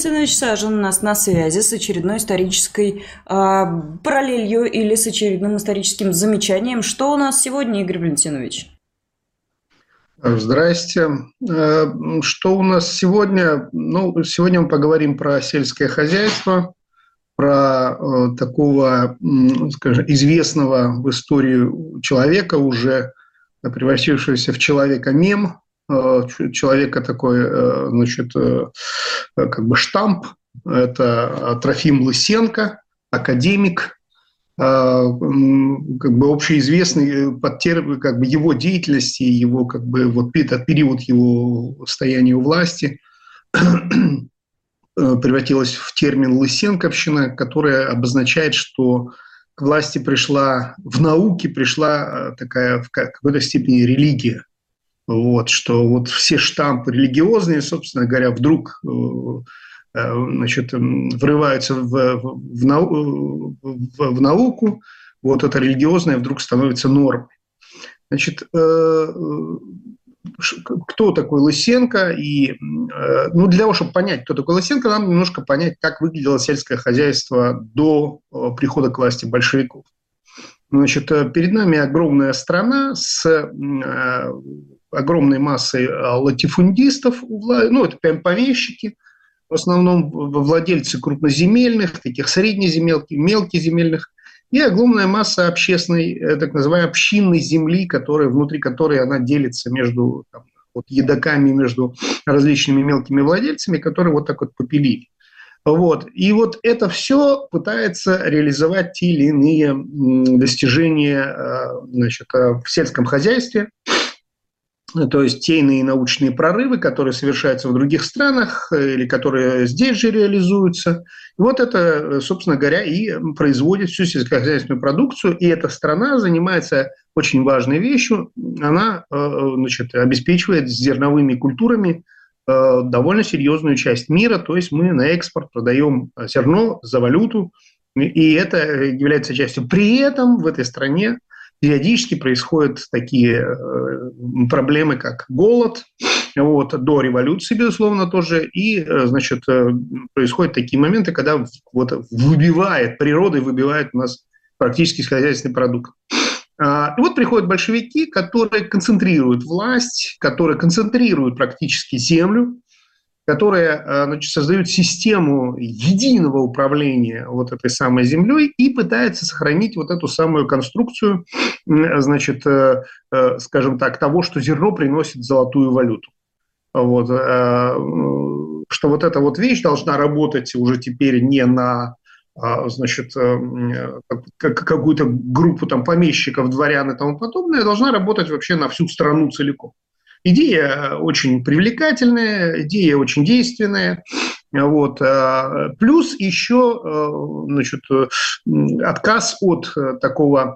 Валентинович Сажин у нас на связи с очередной исторической параллелью или с очередным историческим замечанием. Что у нас сегодня, Игорь Валентинович? Здрасте. Что у нас сегодня? Ну, сегодня мы поговорим про сельское хозяйство, про такого, скажем, известного в истории человека, уже превратившегося в человека-мем, человека такой, значит, как бы штамп. Это Трофим Лысенко, академик, как бы общеизвестный под термин, как бы его деятельности, его как бы вот этот период его состояния у власти превратилась в термин «лысенковщина», которая обозначает, что к власти пришла, в науке пришла такая в какой-то степени религия. Вот, что вот все штампы религиозные, собственно говоря, вдруг значит, врываются в науку, вот это религиозное вдруг становится нормой. Значит, кто такой Лысенко? И, ну, для того, чтобы понять, кто такой Лысенко, нам немножко понять, как выглядело сельское хозяйство до прихода к власти большевиков. Значит, перед нами огромная страна с огромной массой латифундистов, ну, это прям помещики, в основном владельцы крупноземельных, таких среднеземельных, мелкоземельных, и огромная масса общественной, так называемой общинной земли, внутри которой она делится между вот, едоками, между различными мелкими владельцами, которые вот так вот попилили. Вот. И вот это все пытается реализовать те или иные достижения, значит, в сельском хозяйстве, то есть те иные научные прорывы, которые совершаются в других странах или которые здесь же реализуются. И вот это, собственно говоря, и производит всю сельскохозяйственную продукцию. И эта страна занимается очень важной вещью. Она, значит, обеспечивает зерновыми культурами довольно серьезную часть мира. То есть мы на экспорт продаем зерно за валюту. И это является частью. При этом в этой стране периодически происходят такие проблемы, как голод, вот, до революции, безусловно, тоже, и, значит, происходят такие моменты, когда вот природа выбивает у нас практически хозяйственный продукт. И вот приходят большевики, которые концентрируют власть, которые концентрируют практически землю, которые, значит, создают систему единого управления вот этой самой землей и пытаются сохранить вот эту самую конструкцию, значит, скажем так, того, что зерно приносит золотую валюту. Вот, что вот эта вот вещь должна работать уже теперь не на, значит, какую-то группу там помещиков, дворян и тому подобное, должна работать вообще на всю страну целиком. Идея очень привлекательная, идея очень действенная. Вот. Плюс еще, значит, отказ от такого,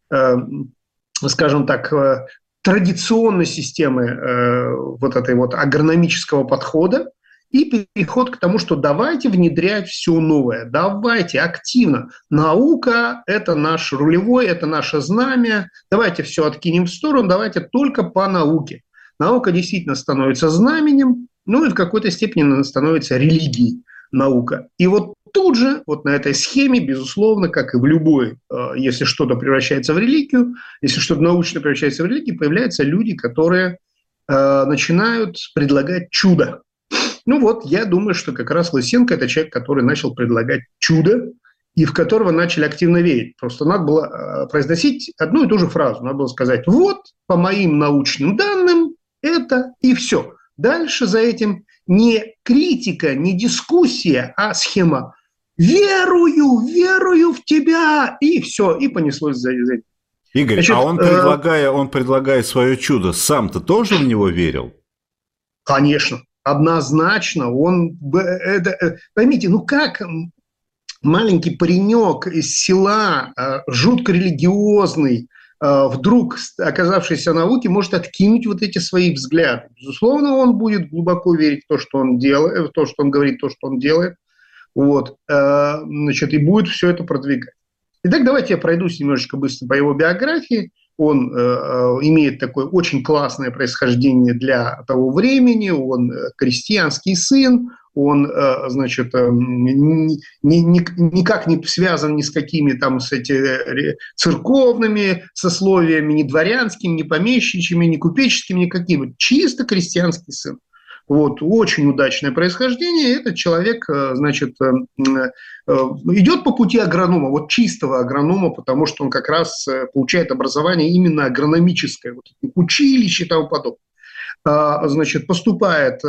скажем так, традиционной системы вот этой вот агрономического подхода и переход к тому, что давайте внедрять все новое, давайте активно. Наука – это наш рулевой, это наше знамя, давайте все откинем в сторону, давайте только по науке. Наука действительно становится знаменем, ну и в какой-то степени она становится религией наука. И вот тут же, вот на этой схеме, безусловно, как и в любой, если что-то превращается в религию, если что-то научно превращается в религию, появляются люди, которые начинают предлагать чудо. Ну вот, я думаю, что как раз Лысенко – это человек, который начал предлагать чудо, и в которого начали активно верить. Просто надо было произносить одну и ту же фразу. Надо было сказать, вот, по моим научным данным, это и все. Дальше за этим не критика, не дискуссия, а схема. Верую в тебя, и все, и понеслось за этим. Игорь, значит, он предлагая свое чудо, сам-то тоже в него верил? Конечно, однозначно. Поймите, ну как маленький паренек из села, жутко религиозный, вдруг, оказавшийся в науке, может откинуть вот эти свои взгляды. Безусловно, он будет глубоко верить в то, что он делает, в то, что он говорит, то, что он делает. Вот. Значит, и будет все это продвигать. Итак, давайте я пройдусь немножечко быстро по его биографии. Он имеет такое очень классное происхождение для того времени. Он крестьянский сын, он, значит, никак не связан ни с какими там церковными сословиями, ни дворянскими, ни помещичьими, ни купеческими, никакими. Чисто крестьянский сын. Вот, очень удачное происхождение. Этот человек, значит, идет по пути агронома, вот чистого агронома, потому что он как раз получает образование именно агрономическое, вот, училище и тому подобное. Значит, поступает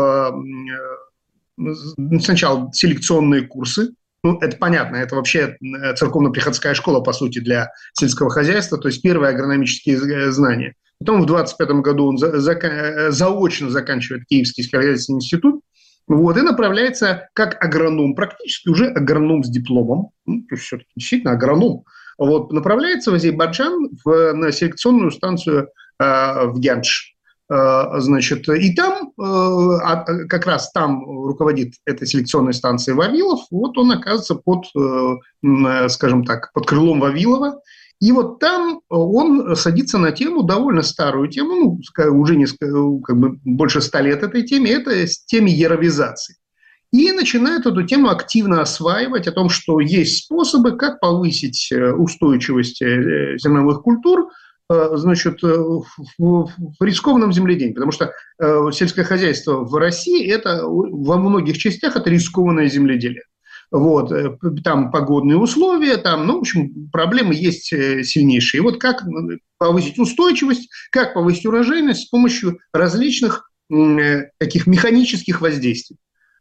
сначала селекционные курсы. Ну, это понятно, это вообще церковно-приходская школа, по сути, для сельского хозяйства, то есть первые агрономические знания. Потом в 25 году он заочно заканчивает Киевский сельскохозяйственный институт, вот, и направляется как агроном, практически уже агроном с дипломом, ну, то есть все-таки действительно агроном, вот, направляется в Азербайджан на селекционную станцию в Гянш. Значит, и там, как раз там руководит этой селекционной станцией Вавилов, вот он оказывается под, скажем так, под крылом Вавилова, и вот там он садится на тему, довольно старую тему, ну, уже как бы больше 100 лет этой теме, это теме яровизации. И начинает эту тему активно осваивать, о том, что есть способы, как повысить устойчивость зерновых культур, значит, в рискованном земледелии, потому что сельское хозяйство в России это во многих частях это рискованное земледелие. Вот, там погодные условия, там, ну, в общем, проблемы есть сильнейшие. И вот как повысить устойчивость, как повысить урожайность с помощью различных таких механических воздействий.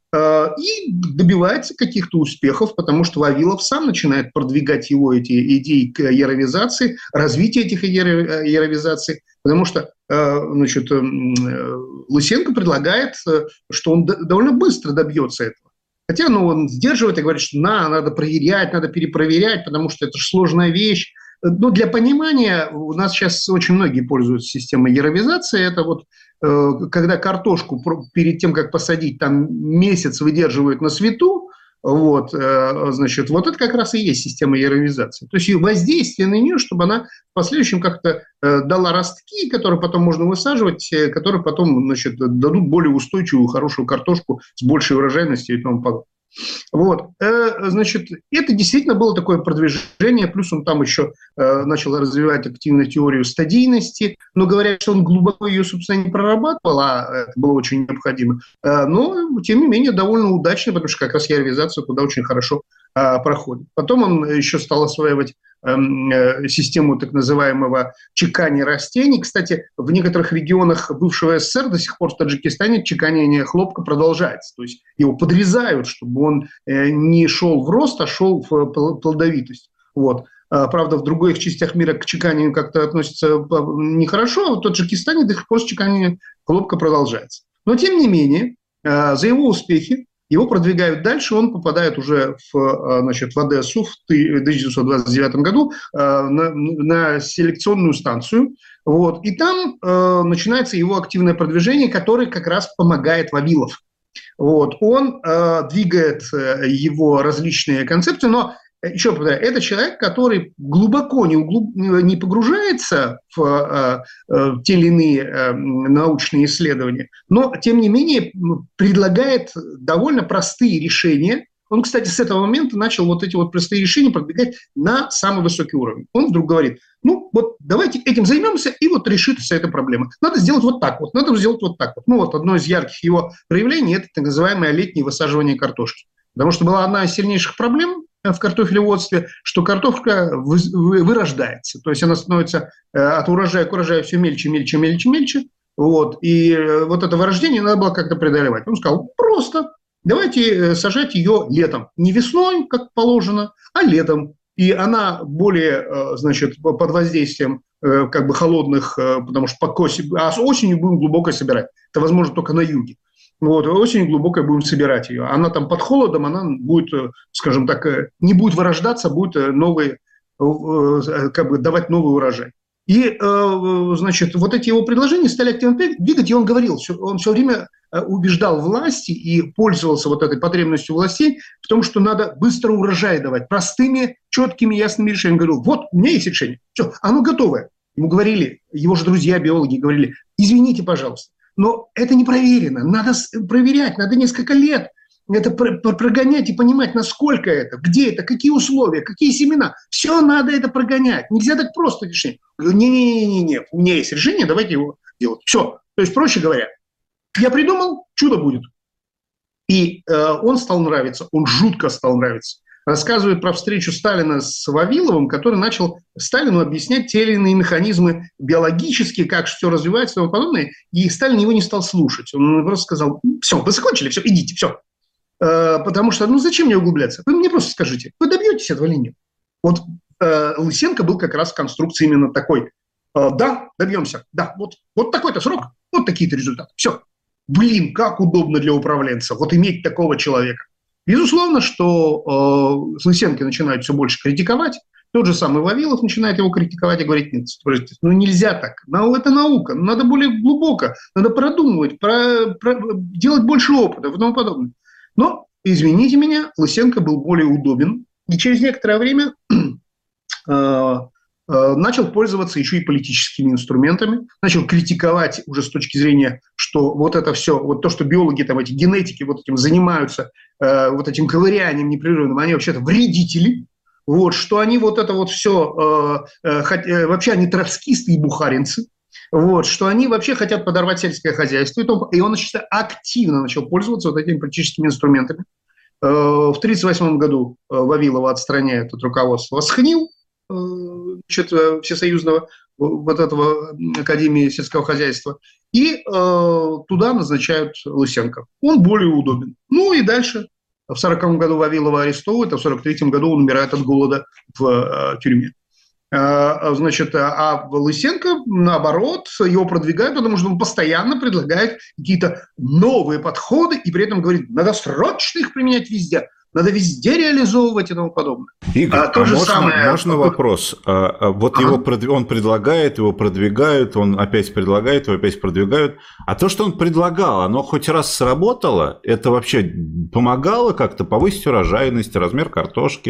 И добивается каких-то успехов, потому что Вавилов сам начинает продвигать его эти идеи к яровизации, развитие этих яровизаций, потому что, значит, Лысенко предлагает, что он довольно быстро добьется этого. Хотя, ну, он сдерживает и говорит, что надо проверять, надо перепроверять, потому что это же сложная вещь. Но для понимания, у нас сейчас очень многие пользуются системой яровизации. Это вот когда картошку перед тем, как посадить, там месяц выдерживают на свету, вот, значит, вот это как раз и есть система яровизации. То есть воздействие на нее, чтобы она в последующем как-то дала ростки, которые потом можно высаживать, которые потом, значит, дадут более устойчивую, хорошую картошку с большей урожайностью и тому подобное. Вот, значит, это действительно было такое продвижение, плюс он там еще начал развивать активную теорию стадийности, но говорят, что он глубоко ее, собственно, не прорабатывал, а это было очень необходимо, но, тем не менее, довольно удачно, потому что как раз яровизация туда очень хорошо проходит. Потом он еще стал осваивать систему так называемого чекания растений. Кстати, в некоторых регионах бывшего СССР до сих пор в Таджикистане чеканение хлопка продолжается. То есть его подрезают, чтобы он не шел в рост, а шел в плодовитость. Вот. Правда, в других частях мира к чеканию как-то относятся нехорошо, а в Таджикистане до сих пор чеканение хлопка продолжается. Но, тем не менее, за его успехи его продвигают дальше, он попадает уже значит, в Одессу в 1929 году на селекционную станцию. Вот, и там начинается его активное продвижение, которое как раз помогает Вавилов. Вот, он двигает его различные концепции, но еще повторяю, это человек, который глубоко не погружается в те или иные научные исследования, но, тем не менее, предлагает довольно простые решения. Он, кстати, с этого момента начал вот эти вот простые решения продвигать на самый высокий уровень. Он вдруг говорит, ну вот давайте этим займемся, и вот решится эта проблема. Надо сделать вот так вот, надо сделать вот так вот. Ну вот одно из ярких его проявлений – это так называемое летнее высаживание картошки. Потому что была одна из сильнейших проблем в картофелеводстве, что картошка вырождается. То есть она становится от урожая к урожаю все мельче, мельче, мельче, мельче. Вот. И вот это вырождение надо было как-то преодолевать. Он сказал, просто давайте сажать ее летом. Не весной, как положено, а летом. И она более, значит, под воздействием как бы холодных, потому что а осенью будем глубоко собирать. Это возможно только на юге. Вот, осенью глубокой будем собирать ее. Она там под холодом, она будет, скажем так, не будет вырождаться, будет новый, как бы давать новый урожай. И, значит, вот эти его предложения стали активно двигать, и он говорил, он все время убеждал власти и пользовался вот этой потребностью властей в том, что надо быстро урожай давать, простыми, четкими, ясными решениями. Он говорил, вот, у меня есть решение, все, оно готовое. Ему говорили, его же друзья-биологи говорили, извините, пожалуйста, Но это не проверено. Надо проверять, надо несколько лет это прогонять и понимать, насколько это, где это, какие условия, какие семена. Все надо это прогонять. Нельзя так просто решить. Не-не-не, у меня есть решение, давайте его делать. Все. То есть, проще говоря, я придумал, чудо будет. И он стал нравиться, он жутко стал нравиться. Рассказывает про встречу Сталина с Вавиловым, который начал Сталину объяснять те или иные механизмы биологические, как все развивается и тому подобное. И Сталин его не стал слушать. Он просто сказал: все, вы закончили, все, идите, все. Потому что, зачем мне углубляться? Вы мне просто скажите, вы добьетесь этого или нет? Вот Лысенко был как раз в конструкции именно такой. Да, добьемся, да, вот такой-то срок, вот такие-то результаты. Все. Блин, как удобно для управленца вот иметь такого человека. Безусловно, что Лысенко начинает все больше критиковать. Тот же самый Вавилов начинает его критиковать и говорить: нет, нельзя так. Это наука, надо более глубоко, надо продумывать, делать больше опыта и тому подобное. Но, извините меня, Лысенко был более удобен. И через некоторое время начал пользоваться еще и политическими инструментами, начал критиковать уже с точки зрения, что вот это все, вот то, что биологи, там, эти генетики вот этим занимаются, вот этим ковырянием непрерывным, они вообще-то вредители, вот, что они вот это вот все, вообще они троцкисты и бухаринцы, вот, что они вообще хотят подорвать сельское хозяйство, и он активно начал пользоваться вот этими политическими инструментами. В 1938 году Вавилова отстраняют от руководства СХНИЛ, всесоюзного вот этого Академии сельского хозяйства, и туда назначают Лысенко. Он более удобен. Ну и дальше в 1940 году Вавилова арестовывают, а в 1943 году он умирает от голода в тюрьме. Значит, а Лысенко, наоборот, его продвигают, потому что он постоянно предлагает какие-то новые подходы и при этом говорит: надо срочно их применять везде. Надо везде реализовывать и тому подобное. Игорь, можно вопрос? Вот он предлагает, его продвигают, он опять предлагает, его опять продвигают. А то, что он предлагал, оно хоть раз сработало? Это вообще помогало как-то повысить урожайность, размер картошки?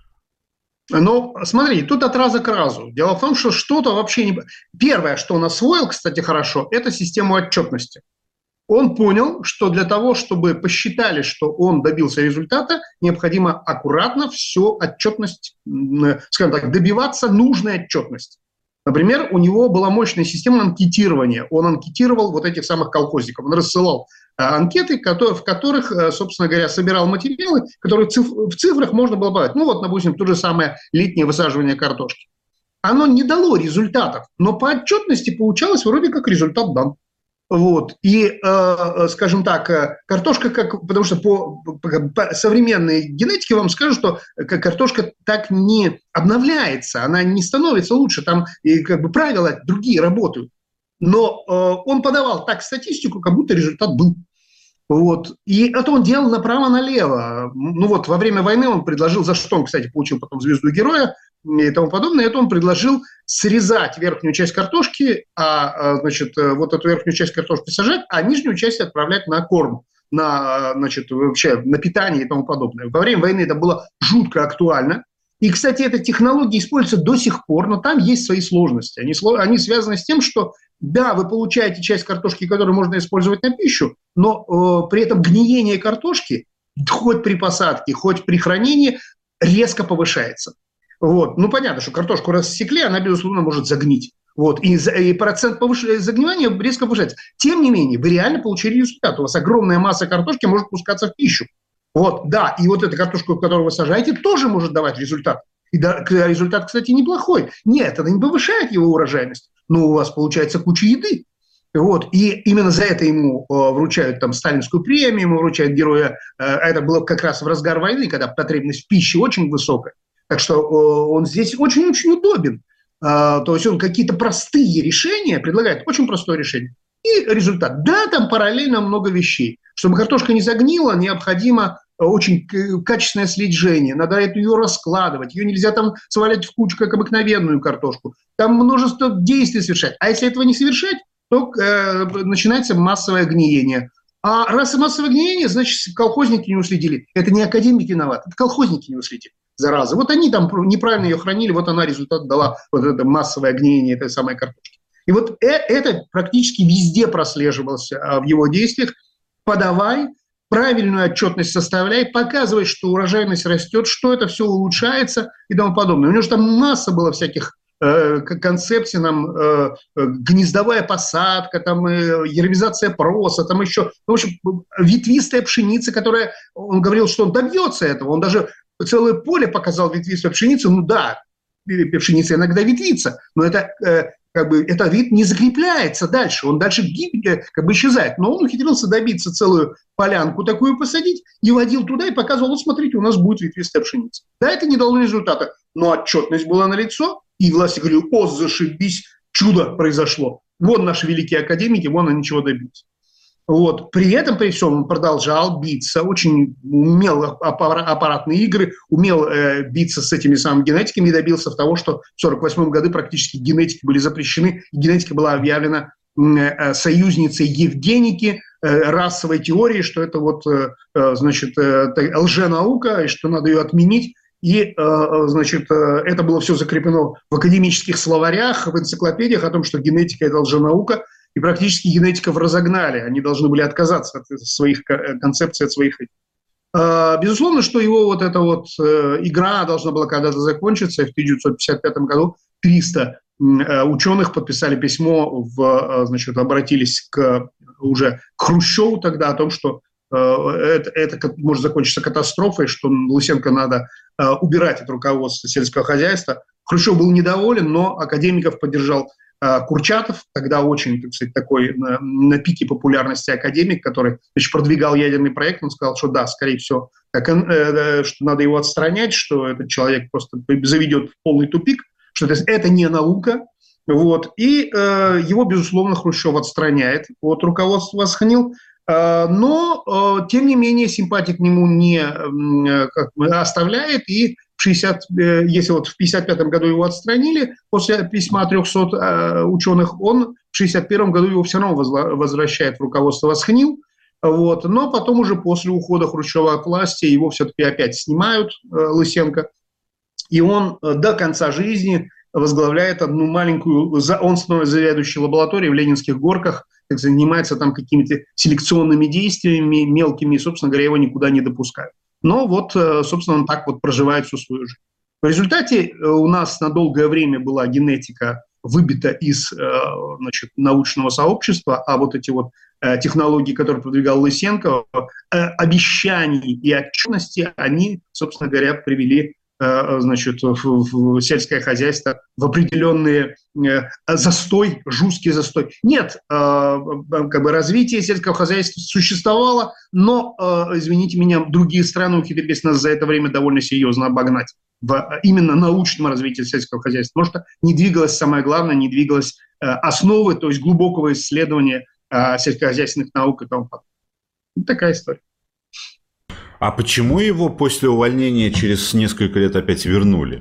Ну, смотри, тут от раза к разу. Дело в том, что что-то вообще не... Первое, что он освоил, кстати, хорошо, это систему отчетности. Он понял, что для того, чтобы посчитали, что он добился результата, необходимо аккуратно всю отчетность, скажем так, добиваться нужной отчетности. Например, у него была мощная система анкетирования. Он анкетировал вот этих самых колхозников. Он рассылал анкеты, в которых, собственно говоря, собирал материалы, которые в цифрах можно было добавить. Ну вот, допустим, то же самое летнее высаживание картошки. Оно не дало результатов, но по отчетности получалось вроде как результат дан. Вот. И, скажем так, картошка, потому что по современной генетике вам скажут, что картошка так не обновляется, она не становится лучше, там и правила другие работают. Но он подавал так статистику, как будто результат был. Вот. И это он делал направо-налево. Ну вот, во время войны он предложил, за что он, кстати, получил потом звезду героя и тому подобное, это он предложил срезать верхнюю часть картошки, значит, вот эту верхнюю часть картошки сажать, а нижнюю часть отправлять на корм, значит, вообще на питание и тому подобное. Во время войны это было жутко актуально. И, кстати, эта технология используется до сих пор, но там есть свои сложности. Они связаны с тем, что, да, вы получаете часть картошки, которую можно использовать на пищу, но при этом гниение картошки, хоть при посадке, хоть при хранении, резко повышается. Вот. Ну, понятно, что картошку рассекли, она, безусловно, может загнить. Вот. И процент загнивания резко повышается. Тем не менее, вы реально получили результат. У вас огромная масса картошки может пускаться в пищу. Вот, да, и вот эта картошка, которую вы сажаете, тоже может давать результат. И результат, кстати, неплохой. Нет, это не повышает его урожайность, но у вас получается куча еды. Вот, и именно за это ему вручают там сталинскую премию, ему вручают героя. Это было как раз в разгар войны, когда потребность в пище очень высокая. Так что он здесь очень-очень удобен. То есть он какие-то простые решения предлагает, очень простое решение. И результат. Да, там параллельно много вещей. Чтобы картошка не загнила, необходимо очень качественное слежение. Надо ее раскладывать. Ее нельзя там свалять в кучу, как обыкновенную картошку. Там множество действий совершать. А если этого не совершать, то начинается массовое гниение. А раз и массовое гниение, значит, колхозники не уследили. Это не академики виноваты, это колхозники не уследили. Зараза. Вот они там неправильно ее хранили, вот она результат дала, вот это массовое гниение этой самой картошки. И вот это практически везде прослеживалось в его действиях. Подавай, правильную отчетность составляй, показывай, что урожайность растет, что это все улучшается и тому подобное. У него же там масса было всяких концепций, гнездовая посадка, яровизация проса, там еще, в общем, ветвистая пшеница, которая, он говорил, что он добьется этого, он даже целое поле показал ветвистой пшеницы, пшеница иногда ветвится, но этот вид не закрепляется дальше, он дальше исчезает. Но он ухитрился добиться целую полянку такую посадить и водил туда и показывал, вот смотрите, у нас будет ветвистая пшеница. Да, это не дало результата, но отчетность была налицо, и власти говорили, зашибись, чудо произошло. Вон наши великие академики, вон они чего добились. Вот. При этом, при всем, он продолжал биться, очень умел аппаратные игры, умел биться с этими самыми генетиками и добился того, что в 1948 году практически генетики были запрещены, и генетика была объявлена союзницей Евгеники, расовой теории, что это лженаука, и что надо ее отменить. И, это было все закреплено в академических словарях, в энциклопедиях о том, что генетика – это лженаука, и практически генетиков разогнали. Они должны были отказаться от своих концепций, от своих... Безусловно, что его игра должна была когда-то закончиться, и в 1955 году 300 ученых подписали письмо, обратились к Хрущеву тогда о том, что это может закончиться катастрофой, что Лысенко надо убирать от руководства сельского хозяйства. Хрущев был недоволен, но академиков поддержал Курчатов, тогда очень, такой на пике популярности академик, который продвигал ядерный проект. Он сказал, что да, скорее всего, что надо его отстранять, что этот человек просто заведет в полный тупик, что это не наука. И его, безусловно, Хрущев отстраняет от руководства Асханил. Но, тем не менее, симпатии к нему не оставляет, и если в 1955 году его отстранили, после письма 300 ученых, он в 1961 году его все равно возвращает в руководство Асханил, но потом уже после ухода Хрущева от власти его все-таки опять снимают, Лысенко, и он до конца жизни возглавляет одну маленькую, он становится заведующей лабораторией в Ленинских Горках, занимается там какими-то селекционными действиями мелкими, и, собственно говоря, его никуда не допускают. Но собственно, он так проживает всю свою жизнь. В результате у нас на долгое время была генетика выбита из научного сообщества, а эти технологии, которые продвигал Лысенко, обещаний и отчетности, они, собственно говоря, привели в сельское хозяйство в определенный застой, жесткий застой. Нет, развитие сельского хозяйства существовало, но, извините меня, другие страны ухитрились нас за это время довольно серьезно обогнать в именно научном развитии сельского хозяйства. Потому что не двигалось, самое главное, не двигалось основы, то есть глубокого исследования сельскохозяйственных наук и тому подобное. Такая история. А почему его после увольнения через несколько лет опять вернули?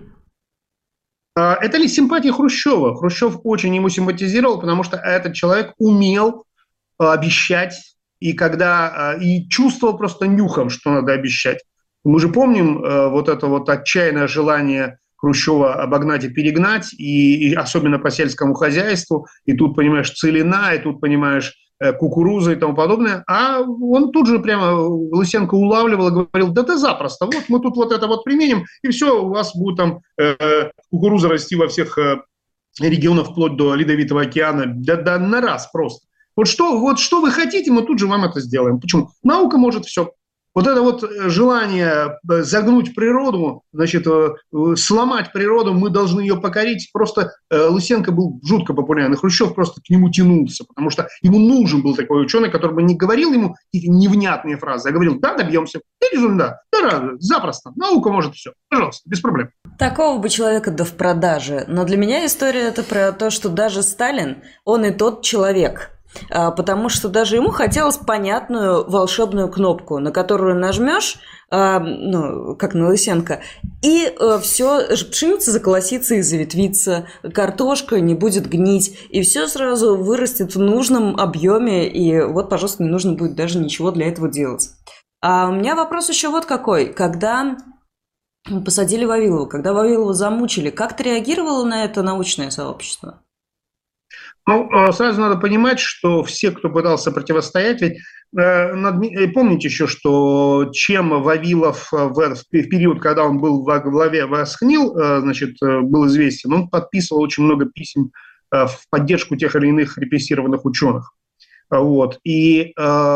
Это ли симпатия Хрущева? Хрущев очень ему симпатизировал, потому что этот человек умел обещать и чувствовал просто нюхом, что надо обещать. Мы же помним это отчаянное желание Хрущева обогнать и перегнать, и особенно по сельскому хозяйству. И тут, понимаешь, целина, и тут, понимаешь, кукуруза и тому подобное, а он тут же прямо Лысенко улавливал и говорил, да ты запросто, мы тут это применим, и все, у вас будет там кукуруза расти во всех регионах вплоть до Ледовитого океана, да на раз просто. Что вы хотите, мы тут же вам это сделаем. Почему? Наука может все. Это желание загнуть природу, сломать природу, мы должны ее покорить. Просто Лысенко был жутко популярен, и Хрущев просто к нему тянулся, потому что ему нужен был такой ученый, который бы не говорил ему какие-то невнятные фразы, а говорил, да, добьемся, да, запросто, наука может все, пожалуйста, без проблем. Такого бы человека в продаже. Но для меня история это про то, что даже Сталин, он и тот человек. Потому что даже ему хотелось понятную волшебную кнопку, на которую нажмешь, как на Лысенко, и все, пшеница заколосится и заветвится, картошка не будет гнить, и все сразу вырастет в нужном объеме, и пожалуйста, не нужно будет даже ничего для этого делать. А у меня вопрос еще какой. Когда посадили Вавилова, когда Вавилова замучили, как-то реагировало на это научное сообщество? Ну, сразу надо понимать, что все, кто пытался противостоять, ведь помните еще, что чем Вавилов в период, когда он был во главе Восхнил, значит, был известен, он подписывал очень много писем в поддержку тех или иных репрессированных ученых. Вот. И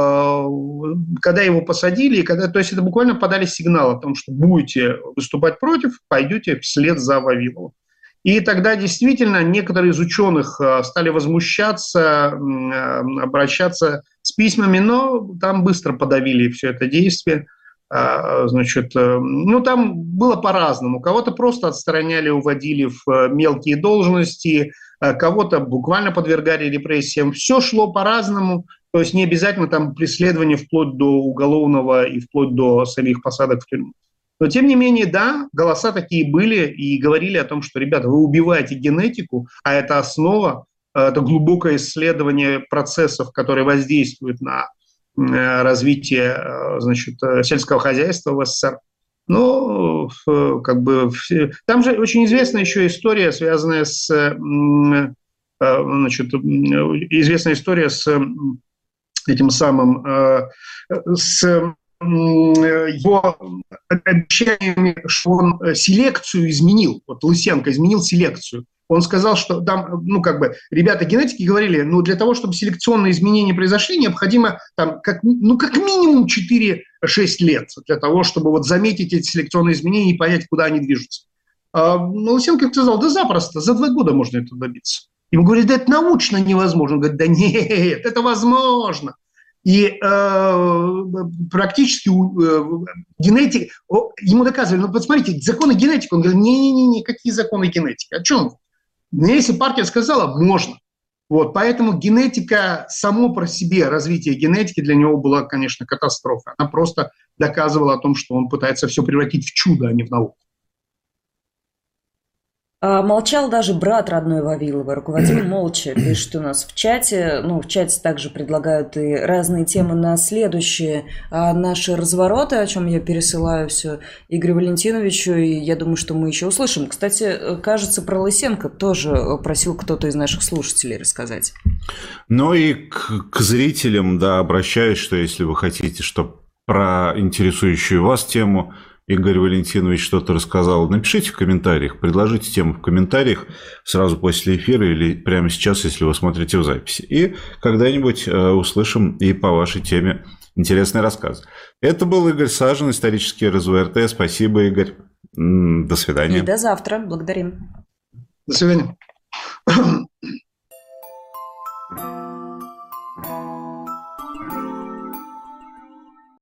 когда его посадили, то есть это буквально подали сигнал о том, что будете выступать против, пойдете вслед за Вавиловым. И тогда действительно некоторые из ученых стали возмущаться, обращаться с письмами, но там быстро подавили все это действие. Значит, ну, там было по-разному. Кого-то просто отстраняли, уводили в мелкие должности, кого-то буквально подвергали репрессиям. Все шло по-разному. То есть не обязательно там преследование вплоть до уголовного и вплоть до самих посадок в тюрьму. Но, тем не менее, да, голоса такие были и говорили о том, что, ребята, вы убиваете генетику, а это основа, это глубокое исследование процессов, которые воздействуют на развитие, значит, сельского хозяйства в СССР. Но как бы там же очень известная еще история, связанная с, значит, известная история с этим самым, с его обещаниями, что он селекцию изменил. Вот Лысенко изменил селекцию. Он сказал, что там, ну, как бы, ребята генетики говорили, ну, для того, чтобы селекционные изменения произошли, необходимо там, как минимум 4-6 лет для того, чтобы вот заметить эти селекционные изменения и понять, куда они движутся. Но Лысенко сказал, да запросто, за 2 года можно это добиться. Ему говорят, да это научно невозможно. Он говорит, да нет, это возможно. И практически генетик, ему доказывали, ну, посмотрите, законы генетики. Он говорит, не-не-не, какие законы генетики? О чем? Если партия сказала, можно. Вот, поэтому генетика, само по себе, развитие генетики для него была, конечно, катастрофа. Она просто доказывала о том, что он пытается все превратить в чудо, а не в науку. Молчал даже брат родной Вавилова, руководил молча, пишет у нас в чате. Ну, в чате также предлагают и разные темы на следующие наши развороты, о чем я пересылаю все Игорю Валентиновичу, и я думаю, что мы еще услышим. Кстати, кажется, про Лысенко тоже просил кто-то из наших слушателей рассказать. Ну и к зрителям, да, обращаюсь, что если вы хотите, чтобы про интересующую вас тему Игорь Валентинович что-то рассказал, напишите в комментариях, предложите тему в комментариях сразу после эфира или прямо сейчас, если вы смотрите в записи. И когда-нибудь услышим и по вашей теме интересный рассказ. Это был Игорь Сажин, исторический РЗУ-РТ. Спасибо, Игорь. До свидания. И до завтра. Благодарим. До свидания.